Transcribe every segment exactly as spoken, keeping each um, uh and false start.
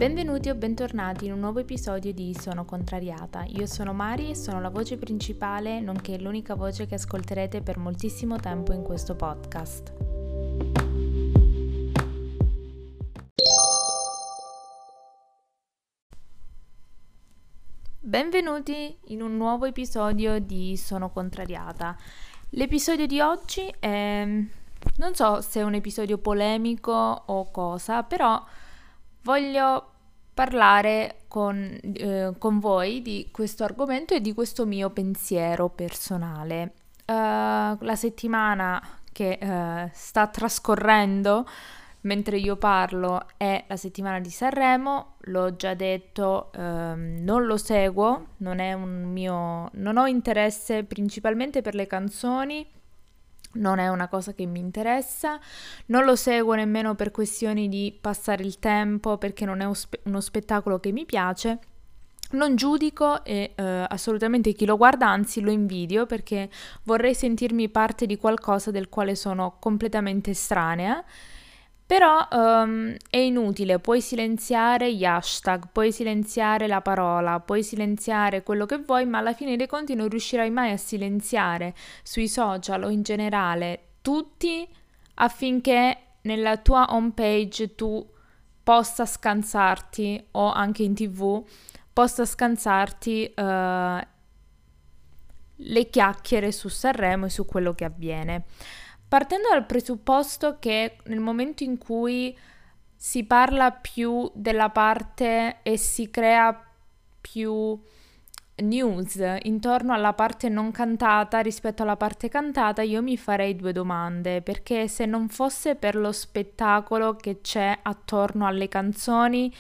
Benvenuti o bentornati in un nuovo episodio di Sono Contrariata. Io sono Mari e sono la voce principale, nonché l'unica voce che ascolterete per moltissimo tempo in questo podcast. Benvenuti in un nuovo episodio di Sono Contrariata. L'episodio di oggi è... non so se è un episodio polemico o cosa, però voglio parlare con, eh, con voi di questo argomento e di questo mio pensiero personale. Uh, la settimana che uh, sta trascorrendo mentre io parlo è la settimana di Sanremo, l'ho già detto, ehm, non lo seguo, non è un mio, non ho interesse principalmente per le canzoni, non è una cosa che mi interessa, non lo seguo nemmeno per questioni di passare il tempo, perché non è uno spettacolo che mi piace. Non giudico e eh, assolutamente chi lo guarda, anzi lo invidio, perché vorrei sentirmi parte di qualcosa del quale sono completamente estranea. Però um, è inutile, puoi silenziare gli hashtag, puoi silenziare la parola, puoi silenziare quello che vuoi, ma alla fine dei conti non riuscirai mai a silenziare sui social o in generale tutti affinché nella tua home page tu possa scansarti, o anche in tv, possa scansarti uh, le chiacchiere su Sanremo e su quello che avviene. Partendo dal presupposto che nel momento in cui si parla più della parte e si crea più news intorno alla parte non cantata rispetto alla parte cantata, io mi farei due domande, perché se non fosse per lo spettacolo che c'è attorno alle canzoni,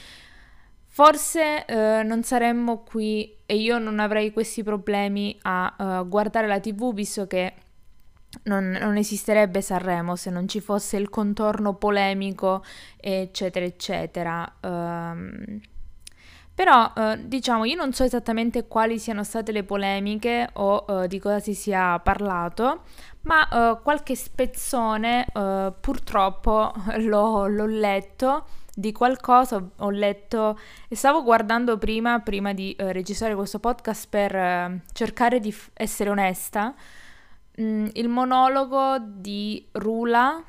forse eh, non saremmo qui e io non avrei questi problemi a uh, guardare la tivù, visto che Non, non esisterebbe Sanremo se non ci fosse il contorno polemico, eccetera, eccetera. Um, però, uh, diciamo, io non so esattamente quali siano state le polemiche o uh, di cosa si sia parlato, ma uh, qualche spezzone uh, purtroppo l'ho, l'ho letto di qualcosa, ho letto e stavo guardando prima, prima di uh, registrare questo podcast per uh, cercare di f- essere onesta. Il monologo di Rula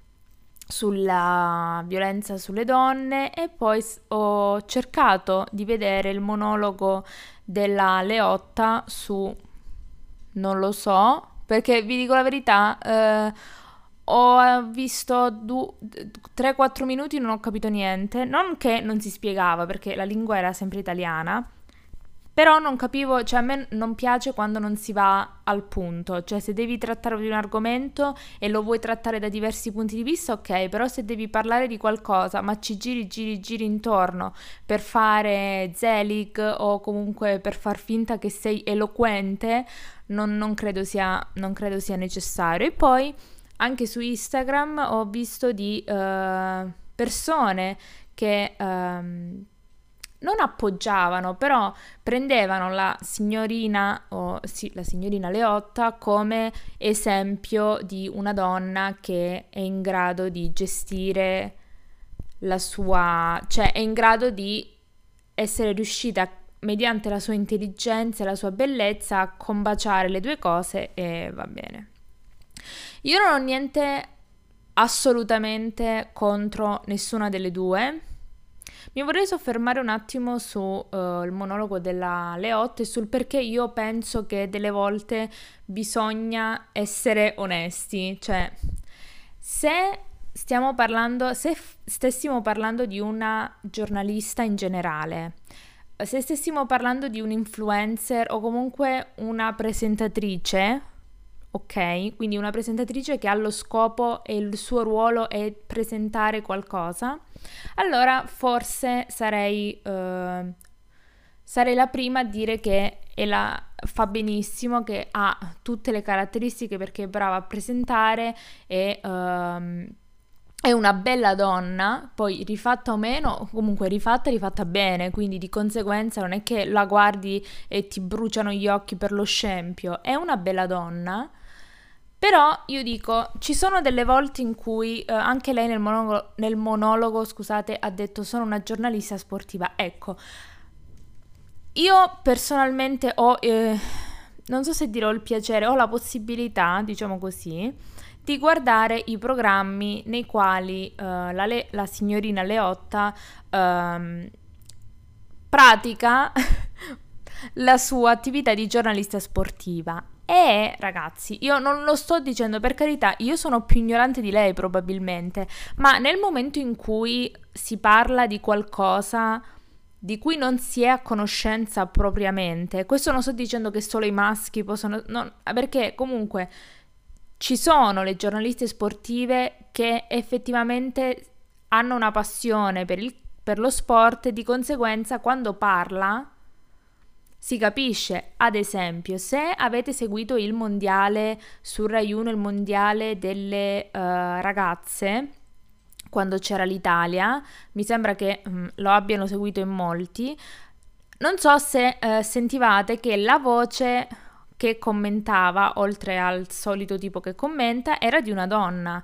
sulla violenza sulle donne, e poi ho cercato di vedere il monologo della Leotta su, non lo so, perché vi dico la verità, eh, ho visto du- tre quattro minuti e non ho capito niente, non che non si spiegava, perché la lingua era sempre italiana. Però non capivo, cioè a me non piace quando non si va al punto, cioè se devi trattare di un argomento e lo vuoi trattare da diversi punti di vista, ok, però se devi parlare di qualcosa ma ci giri, giri, giri intorno per fare zelig o comunque per far finta che sei eloquente, non, non credo sia, non credo sia necessario. E poi anche su Instagram ho visto di uh, persone che... Uh, non appoggiavano, però prendevano la signorina, o sì, la signorina Leotta come esempio di una donna che è in grado di gestire la sua, cioè è in grado di essere riuscita mediante la sua intelligenza e la sua bellezza a combaciare le due cose, e va bene. Io non ho niente assolutamente contro nessuna delle due. Mi vorrei soffermare un attimo sul uh, monologo della Leotta e sul perché io penso che delle volte bisogna essere onesti. Cioè, se stiamo parlando, se f- stessimo parlando di una giornalista in generale, se stessimo parlando di un influencer o comunque una presentatrice, ok? Quindi una presentatrice che ha lo scopo e il suo ruolo è presentare qualcosa, allora forse sarei, uh, sarei la prima a dire che è la, fa benissimo, che ha tutte le caratteristiche perché è brava a presentare e um, è una bella donna, poi rifatta o meno, comunque rifatta rifatta bene, quindi di conseguenza non è che la guardi e ti bruciano gli occhi per lo scempio, è una bella donna. Però io dico, ci sono delle volte in cui eh, anche lei nel monologo, nel monologo, scusate, ha detto sono una giornalista sportiva. Ecco, io personalmente ho, eh, non so se dirò il piacere, ho la possibilità, diciamo così, di guardare i programmi nei quali eh, la, Le- la signorina Leotta ehm, pratica la sua attività di giornalista sportiva. E ragazzi, io non lo sto dicendo per carità, io sono più ignorante di lei probabilmente, ma nel momento in cui si parla di qualcosa di cui non si è a conoscenza propriamente, questo non sto dicendo che solo i maschi possono, no, perché comunque ci sono le giornaliste sportive che effettivamente hanno una passione per, il, per lo sport e di conseguenza quando parla si capisce. Ad esempio, se avete seguito il mondiale su Rai uno, il mondiale delle uh, ragazze, quando c'era l'Italia, mi sembra che um, lo abbiano seguito in molti, non so se uh, sentivate che la voce che commentava, oltre al solito tipo che commenta, era di una donna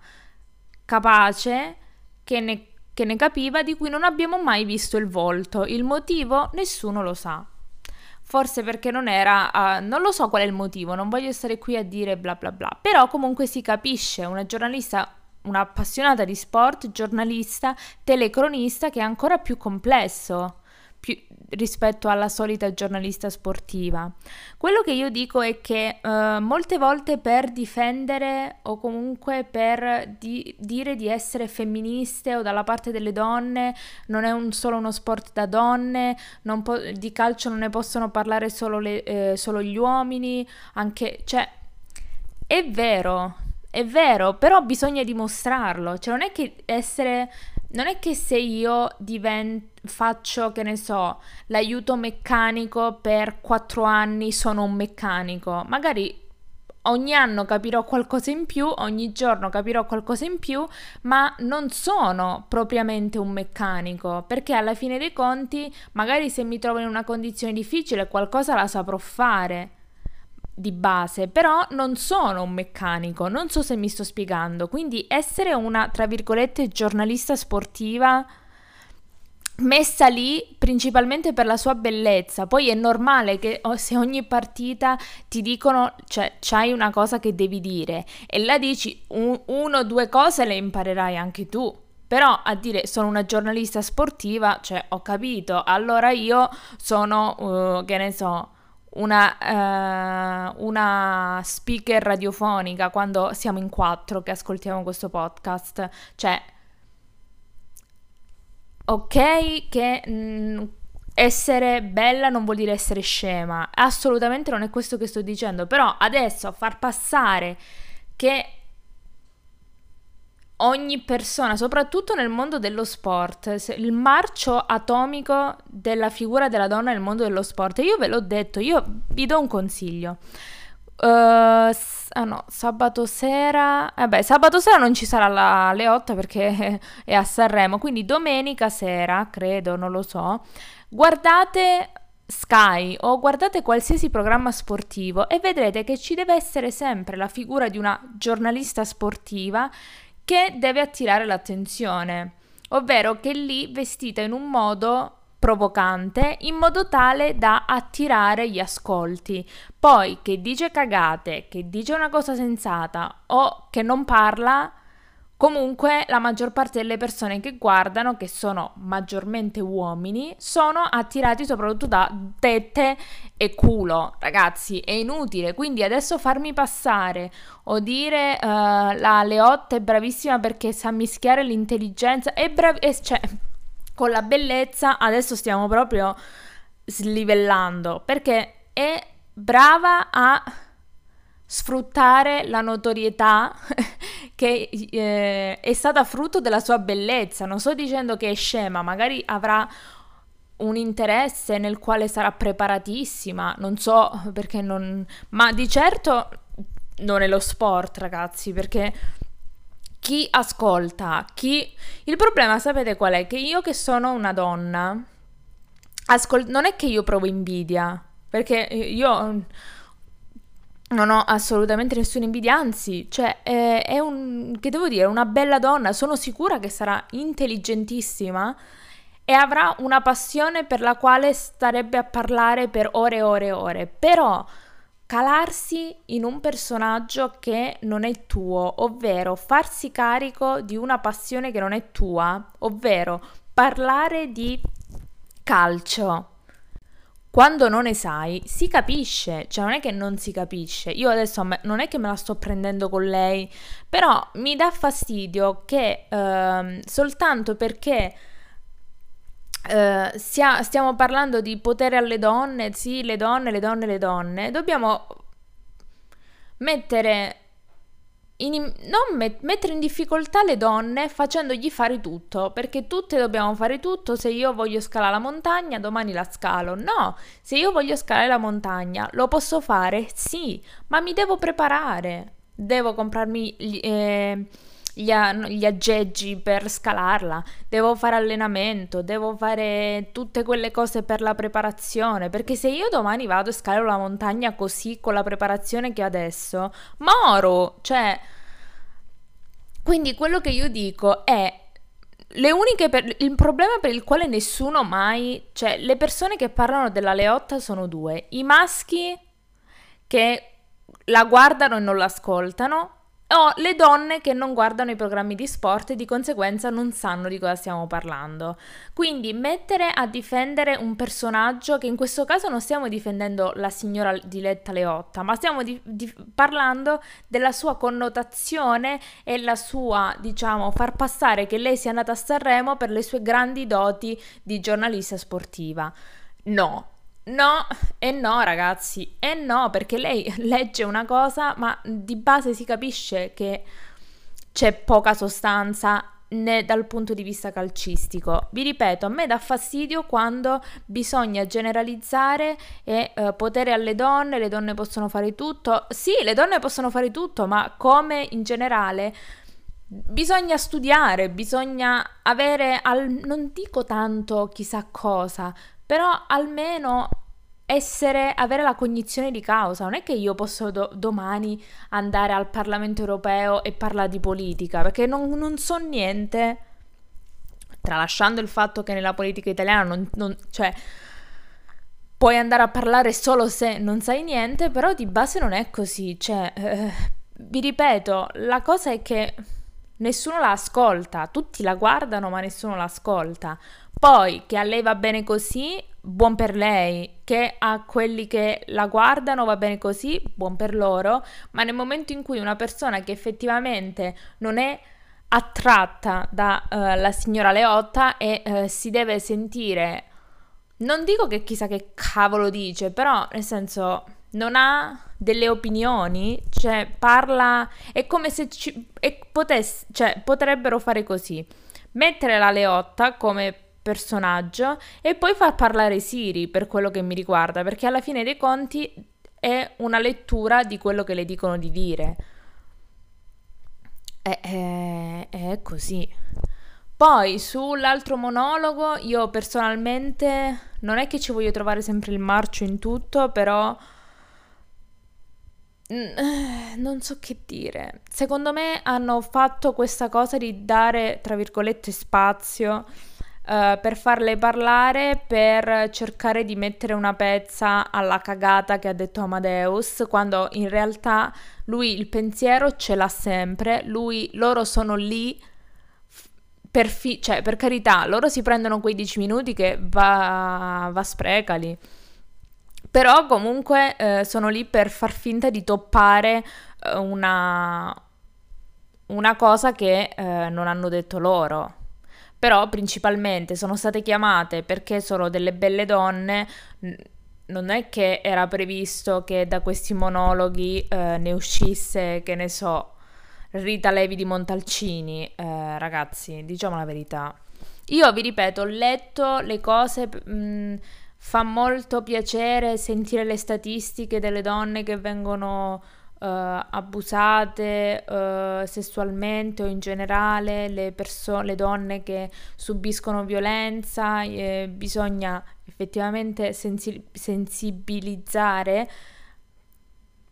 capace, che ne, che ne capiva, di cui non abbiamo mai visto il volto. Il motivo nessuno lo sa. Forse perché non era, uh, non lo so qual è il motivo, non voglio stare qui a dire bla bla bla, però comunque si capisce, una giornalista, una appassionata di sport, giornalista, telecronista, che è ancora più complesso più, rispetto alla solita giornalista sportiva. Quello che io dico è che uh, molte volte per difendere o comunque per di, dire di essere femministe o dalla parte delle donne, non è un, solo uno sport da donne, non po- di calcio non ne possono parlare solo, le, eh, solo gli uomini, anche, cioè, è vero, è vero, però bisogna dimostrarlo, cioè non è che essere... Non è che se io divent- faccio, che ne so, l'aiuto meccanico per quattro anni sono un meccanico. Magari ogni anno capirò qualcosa in più, ogni giorno capirò qualcosa in più, ma non sono propriamente un meccanico, perché alla fine dei conti, magari se mi trovo in una condizione difficile, qualcosa la saprò fare di base, però non sono un meccanico, non so se mi sto spiegando, quindi essere una, tra virgolette, giornalista sportiva messa lì principalmente per la sua bellezza, poi è normale che se ogni partita ti dicono, cioè c'hai una cosa che devi dire e la dici, un, uno o due cose le imparerai anche tu. Però a dire sono una giornalista sportiva, cioè ho capito, allora io sono, uh, che ne so, una, uh, una speaker radiofonica quando siamo in quattro che ascoltiamo questo podcast. Cioè, ok che mh, essere bella non vuol dire essere scema, assolutamente non è questo che sto dicendo, però adesso far passare che ogni persona, soprattutto nel mondo dello sport, il marcio atomico della figura della donna nel mondo dello sport. E io ve l'ho detto, io vi do un consiglio. Uh, ah no, sabato sera... Vabbè, sabato sera non ci sarà la Leotta perché è a Sanremo, quindi domenica sera, credo, non lo so, guardate Sky o guardate qualsiasi programma sportivo e vedrete che ci deve essere sempre la figura di una giornalista sportiva che deve attirare l'attenzione, ovvero che è lì vestita in un modo provocante in modo tale da attirare gli ascolti. Poi che dice cagate, che dice una cosa sensata o che non parla, comunque la maggior parte delle persone che guardano, che sono maggiormente uomini, sono attirati soprattutto da tette e culo. Ragazzi, è inutile, quindi adesso farmi passare o dire uh, la Leotta è bravissima perché sa mischiare l'intelligenza e brav- e, cioè, con la bellezza, adesso stiamo proprio slivellando, perché è brava a sfruttare la notorietà che eh, è stata frutto della sua bellezza. Non sto dicendo che è scema, magari avrà un interesse nel quale sarà preparatissima, non so perché non... ma di certo non è lo sport, ragazzi, perché chi ascolta, chi... Il problema, sapete qual è? Che io che sono una donna, ascol... non è che io provo invidia, perché io... non ho assolutamente nessuna invidia, anzi, cioè, è, è un, che devo dire, una bella donna, sono sicura che sarà intelligentissima e avrà una passione per la quale starebbe a parlare per ore e ore e ore, però calarsi in un personaggio che non è tuo, ovvero farsi carico di una passione che non è tua, ovvero parlare di calcio quando non ne sai, si capisce, cioè non è che non si capisce. Io adesso me- non è che me la sto prendendo con lei, però mi dà fastidio che ehm, soltanto perché eh, stia- stiamo parlando di potere alle donne, sì, le donne, le donne, le donne, dobbiamo mettere in, non met- mettere in difficoltà le donne facendogli fare tutto, perché tutte dobbiamo fare tutto. Se io voglio scalare la montagna, domani la scalo. No, se io voglio scalare la montagna, lo posso fare? Sì, ma mi devo preparare. Devo comprarmi gli, eh, gli, a- gli aggeggi per scalarla, devo fare allenamento, devo fare tutte quelle cose per la preparazione, perché se io domani vado e scalo la montagna così con la preparazione che ho adesso, moro, cioè, quindi quello che io dico è le uniche per, il problema per il quale nessuno mai, cioè le persone che parlano della Leotta sono due, i maschi che la guardano e non l'ascoltano, o le donne che non guardano i programmi di sport e di conseguenza non sanno di cosa stiamo parlando. Quindi mettere a difendere un personaggio, che in questo caso non stiamo difendendo la signora Diletta Leotta, ma stiamo di, di, parlando della sua connotazione e la sua, diciamo, far passare che lei sia andata a Sanremo per le sue grandi doti di giornalista sportiva. No. No e no, ragazzi, e no, perché lei legge una cosa, ma di base si capisce che c'è poca sostanza né dal punto di vista calcistico. Vi ripeto, a me dà fastidio quando bisogna generalizzare e eh, potere alle donne, le donne possono fare tutto. Sì, le donne possono fare tutto, ma come in generale bisogna studiare, bisogna avere, al, non dico tanto chissà cosa, però almeno essere, avere la cognizione di causa. Non è che io posso do- domani andare al Parlamento europeo e parlare di politica, perché non, non so niente, tralasciando il fatto che nella politica italiana non, non, cioè, puoi andare a parlare solo se non sai niente, però di base non è così. Cioè, eh, vi ripeto, la cosa è che nessuno la ascolta, tutti la guardano ma nessuno la ascolta. Poi che a lei va bene così, buon per lei, che a quelli che la guardano va bene così, buon per loro, ma nel momento in cui una persona che effettivamente non è attratta dalla uh, signora Leotta e uh, si deve sentire, non dico che chissà che cavolo dice, però nel senso non ha delle opinioni, cioè parla, è come se ci, è, potesse, cioè, potrebbero fare così, mettere la Leotta come personaggio e poi far parlare Siri, per quello che mi riguarda, perché alla fine dei conti è una lettura di quello che le dicono di dire. È, è, è così. Poi sull'altro monologo, io personalmente non è che ci voglio trovare sempre il marcio in tutto, però non so che dire. Secondo me hanno fatto questa cosa di dare, tra virgolette, spazio uh, per farle parlare, per cercare di mettere una pezza alla cagata che ha detto Amadeus, quando in realtà lui il pensiero ce l'ha sempre, lui, loro sono lì per, fi- cioè, per carità, loro si prendono quei dieci minuti che va, va sprecali. Però comunque eh, sono lì per far finta di toppare eh, una, una cosa che eh, non hanno detto loro. Però principalmente sono state chiamate perché sono delle belle donne. Non è che era previsto che da questi monologhi eh, ne uscisse, che ne so, Rita Levi di Montalcini. Eh, ragazzi, diciamo la verità. Io vi ripeto, ho letto le cose. Mh, Fa molto piacere sentire le statistiche delle donne che vengono uh, abusate uh, sessualmente o in generale, le, perso- le donne che subiscono violenza. Eh, bisogna effettivamente sensi- sensibilizzare,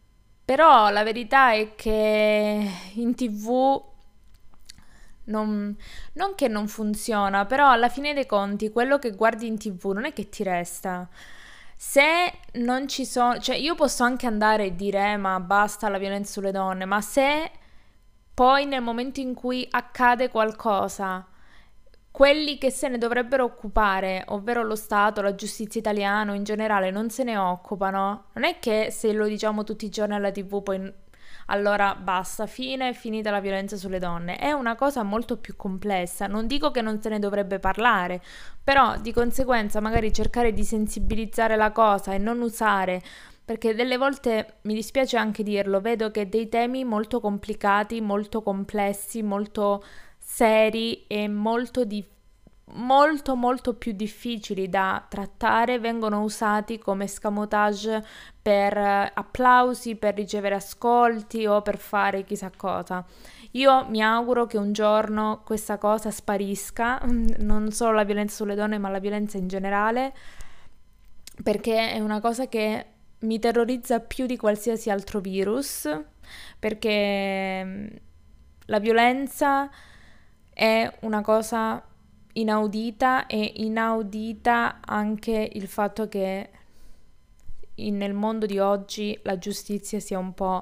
Però la verità è che in T V non, non che non funziona, però alla fine dei conti quello che guardi in T V non è che ti resta. Se non ci sono, cioè io posso anche andare e dire "Eh, ma basta la violenza sulle donne", ma se poi nel momento in cui accade qualcosa, quelli che se ne dovrebbero occupare, ovvero lo Stato, la giustizia italiana in generale, non se ne occupano, non è che se lo diciamo tutti i giorni alla T V poi allora basta, fine, è finita la violenza sulle donne. È una cosa molto più complessa. Non dico che non se ne dovrebbe parlare, però di conseguenza magari cercare di sensibilizzare la cosa e non usare, perché delle volte mi dispiace anche dirlo, vedo che dei temi molto complicati, molto complessi, molto seri e molto di molto molto più difficili da trattare vengono usati come escamotage per eh, applausi, per ricevere ascolti o per fare chissà cosa. Io mi auguro che un giorno questa cosa sparisca, non solo la violenza sulle donne, ma la violenza in generale, perché è una cosa che mi terrorizza più di qualsiasi altro virus, perché mm, la violenza è una cosa inaudita e inaudita anche il fatto che in- nel mondo di oggi la giustizia sia un po'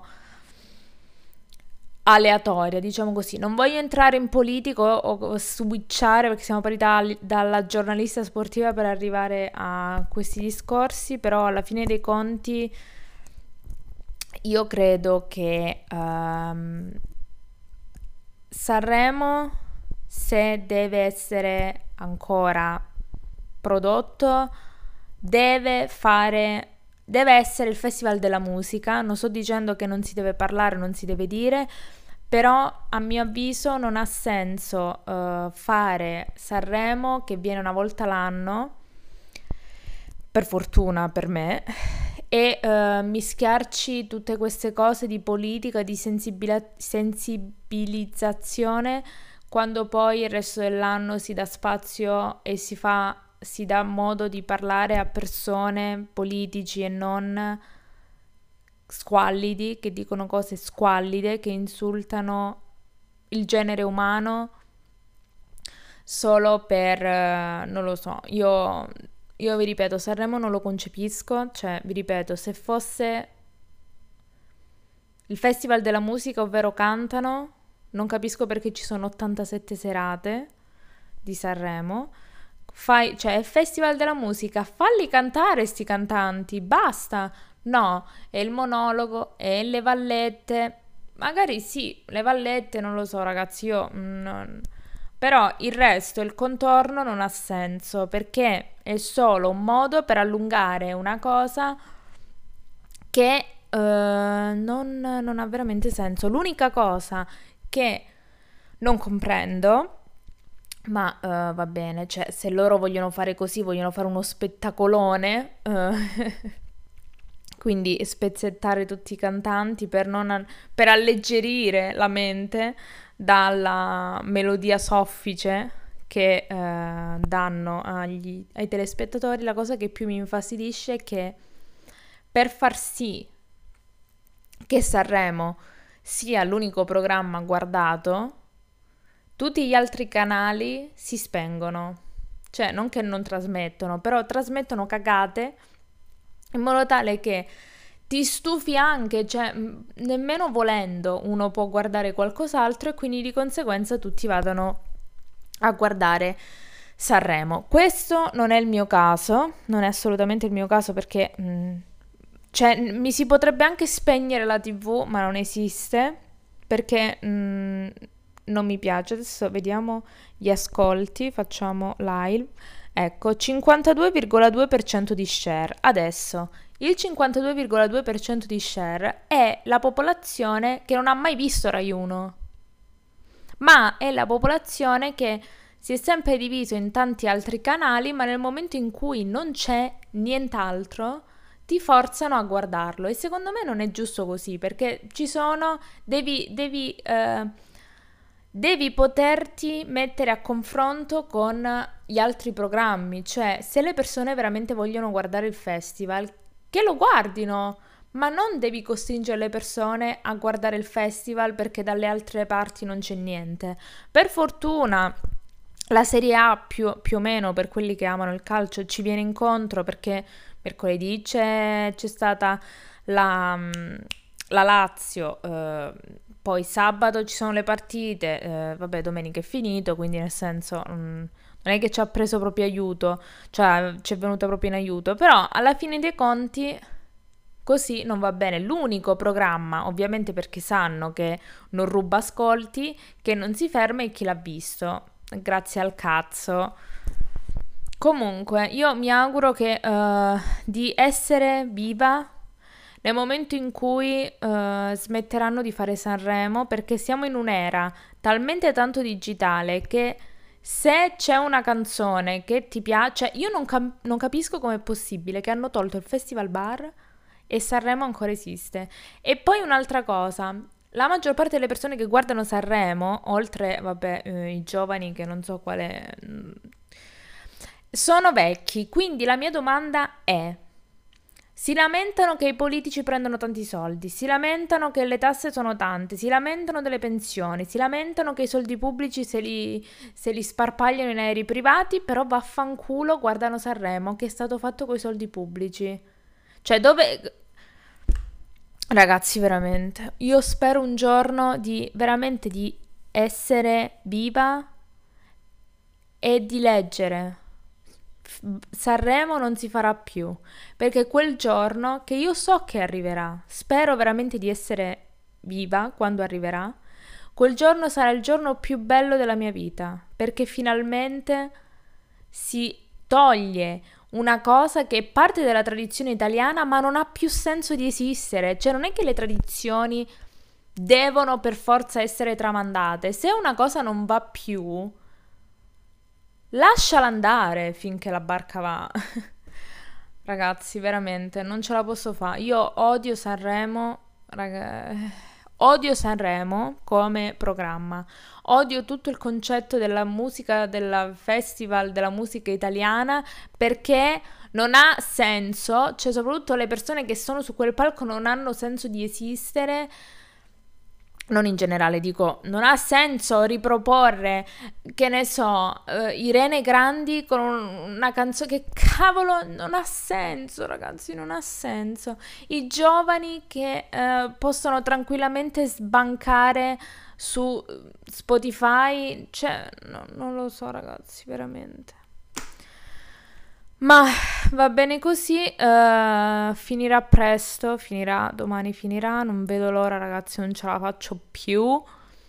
aleatoria, diciamo così. Non voglio entrare in politico o, o switchare perché siamo partiti dal- dalla giornalista sportiva per arrivare a questi discorsi, però alla fine dei conti io credo che ehm, Sanremo, se deve essere ancora prodotto, deve fare, deve essere il Festival della musica. Non sto dicendo che non si deve parlare, non si deve dire, però a mio avviso non ha senso eh, fare Sanremo, che viene una volta l'anno, per fortuna per me, e eh, mischiarci tutte queste cose di politica, di sensibila- sensibilizzazione, quando poi il resto dell'anno si dà spazio e si fa, si dà modo di parlare a persone, politici e non squallidi, che dicono cose squallide, che insultano il genere umano solo per, eh, non lo so, io, io vi ripeto, Sanremo non lo concepisco, cioè vi ripeto, se fosse il Festival della musica, ovvero cantano, non capisco perché ci sono ottantasette serate di Sanremo. Fai, cioè, è il Festival della musica, falli cantare sti cantanti, basta. No, è il monologo, è le vallette. Magari sì, le vallette, non lo so, ragazzi, io non... Però il resto, il contorno non ha senso perché è solo un modo per allungare una cosa che eh, non, non ha veramente senso. L'unica cosa che non comprendo, ma eh, va bene, cioè se loro vogliono fare così, vogliono fare uno spettacolone, eh, quindi spezzettare tutti i cantanti per, non, per alleggerire la mente dalla melodia soffice che eh, danno agli, ai telespettatori, la cosa che più mi infastidisce è che per far sì che Sanremo sia l'unico programma guardato, tutti gli altri canali si spengono. Cioè, non che non trasmettono, però trasmettono cagate in modo tale che ti stufi anche, cioè mh, nemmeno volendo uno può guardare qualcos'altro e quindi di conseguenza tutti vadano a guardare Sanremo. Questo non è il mio caso, non è assolutamente il mio caso perché mh, cioè, mi si potrebbe anche spegnere la T V, ma non esiste perché mh, non mi piace. Adesso vediamo gli ascolti, facciamo live. Ecco, cinquantadue virgola due per cento di share. Adesso, il cinquantadue virgola due per cento di share è la popolazione che non ha mai visto Rai uno, ma è la popolazione che si è sempre diviso in tanti altri canali, ma nel momento in cui non c'è nient'altro, ti forzano a guardarlo. E secondo me non è giusto così, perché ci sono, devi, devi, eh, devi poterti mettere a confronto con gli altri programmi, cioè se le persone veramente vogliono guardare il festival, che lo guardino, ma non devi costringere le persone a guardare il festival perché dalle altre parti non c'è niente. Per fortuna la Serie A più, più o meno, per quelli che amano il calcio, ci viene incontro, perché mercoledì c'è, c'è stata la, la Lazio, eh, poi sabato ci sono le partite, eh, vabbè, domenica è finito, quindi nel senso mm, non è che ci ha preso proprio aiuto, cioè ci è venuta proprio in aiuto, però alla fine dei conti così non va bene. L'unico programma, ovviamente perché sanno che non ruba ascolti, che non si ferma è chi l'ha visto, grazie al cazzo. Comunque, io mi auguro che uh, di essere viva nel momento in cui uh, smetteranno di fare Sanremo, perché siamo in un'era talmente tanto digitale che se c'è una canzone che ti piace, io non, cap- non capisco com'è possibile che hanno tolto il Festival Bar e Sanremo ancora esiste. E poi un'altra cosa, la maggior parte delle persone che guardano Sanremo, oltre, vabbè, eh, i giovani che non so quale... mm, sono vecchi, quindi la mia domanda è: si lamentano che i politici prendono tanti soldi, si lamentano che le tasse sono tante, si lamentano delle pensioni, si lamentano che i soldi pubblici se li, se li sparpagliano in aerei privati, però vaffanculo guardano Sanremo, che è stato fatto coi soldi pubblici. Cioè, dove... Ragazzi, veramente, io spero un giorno di veramente di essere viva e di leggere. F- Sanremo non si farà più, perché quel giorno che io so che arriverà, spero veramente di essere viva quando arriverà, quel giorno sarà il giorno più bello della mia vita, perché finalmente si toglie una cosa che è parte della tradizione italiana ma non ha più senso di esistere. Cioè non è che le tradizioni devono per forza essere tramandate. Se una cosa non va più, lasciala andare finché la barca va. Ragazzi, veramente, non ce la posso fare. Io odio Sanremo, raga... Odio Sanremo come programma. Odio tutto il concetto della musica, del festival della musica italiana, perché non ha senso, cioè soprattutto le persone che sono su quel palco non hanno senso di esistere. Non in generale, dico, non ha senso riproporre, che ne so, eh, Irene Grandi con un- una canzone che cavolo non ha senso, ragazzi, non ha senso. I giovani che eh, possono tranquillamente sbancare su eh, Spotify, cioè, no- non lo so, ragazzi, veramente. Ma va bene così, eh, finirà presto, finirà, domani finirà, non vedo l'ora ragazzi, non ce la faccio più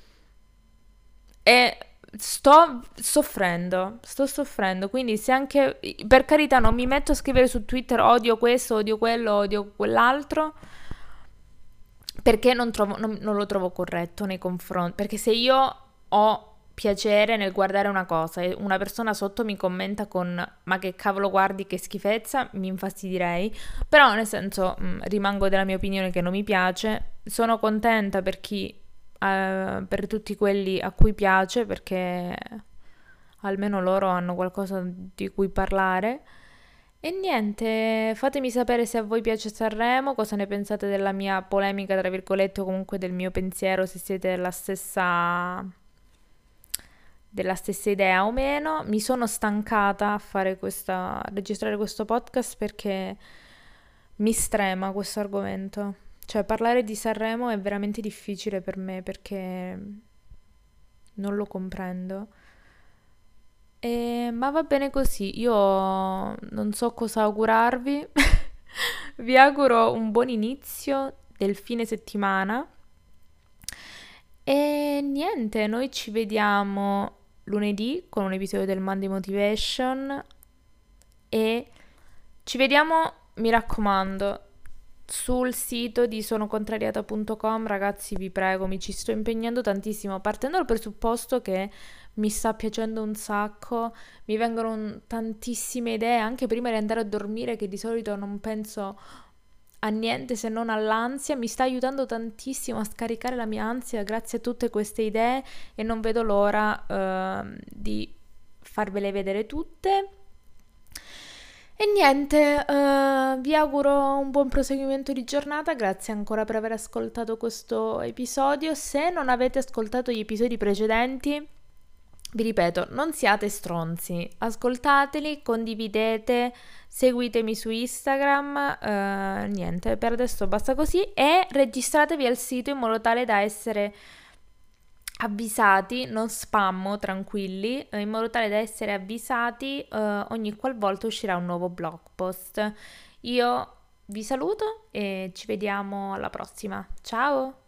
e sto soffrendo, sto soffrendo, quindi se anche, per carità non mi metto a scrivere su Twitter odio questo, odio quello, odio quell'altro, perché non, trovo, non, non lo trovo corretto nei confronti, perché se io ho piacere nel guardare una cosa e una persona sotto mi commenta con ma che cavolo guardi, che schifezza, mi infastidirei, però nel senso mh, rimango della mia opinione che non mi piace, sono contenta per chi, eh, per tutti quelli a cui piace, perché almeno loro hanno qualcosa di cui parlare. E niente, fatemi sapere se a voi piace Sanremo, cosa ne pensate della mia polemica, tra virgolette, o comunque del mio pensiero, se siete della stessa, della stessa idea o meno. Mi sono stancata a fare questa, a registrare questo podcast perché mi strema questo argomento. Cioè, parlare di Sanremo è veramente difficile per me perché non lo comprendo. E- ma va bene così, io non so cosa augurarvi. Vi auguro un buon inizio del fine settimana. E niente, noi ci vediamo lunedì con un episodio del Monday Motivation. E ci vediamo, mi raccomando, sul sito di sonocontrariata punto com. Ragazzi, vi prego, mi ci sto impegnando tantissimo, partendo dal presupposto che mi sta piacendo un sacco, mi vengono un- tantissime idee anche prima di andare a dormire, che di solito non penso a niente se non all'ansia. Mi sta aiutando tantissimo a scaricare la mia ansia grazie a tutte queste idee e non vedo l'ora ehm, di farvele vedere tutte. E niente, eh, vi auguro un buon proseguimento di giornata, grazie ancora per aver ascoltato questo episodio. Se non avete ascoltato gli episodi precedenti, vi ripeto, non siate stronzi, ascoltateli, condividete, seguitemi su Instagram, eh, niente, per adesso basta così e registratevi al sito in modo tale da essere avvisati, non spammo, tranquilli, eh, in modo tale da essere avvisati eh, ogni qualvolta uscirà un nuovo blog post. Io vi saluto e ci vediamo alla prossima. Ciao!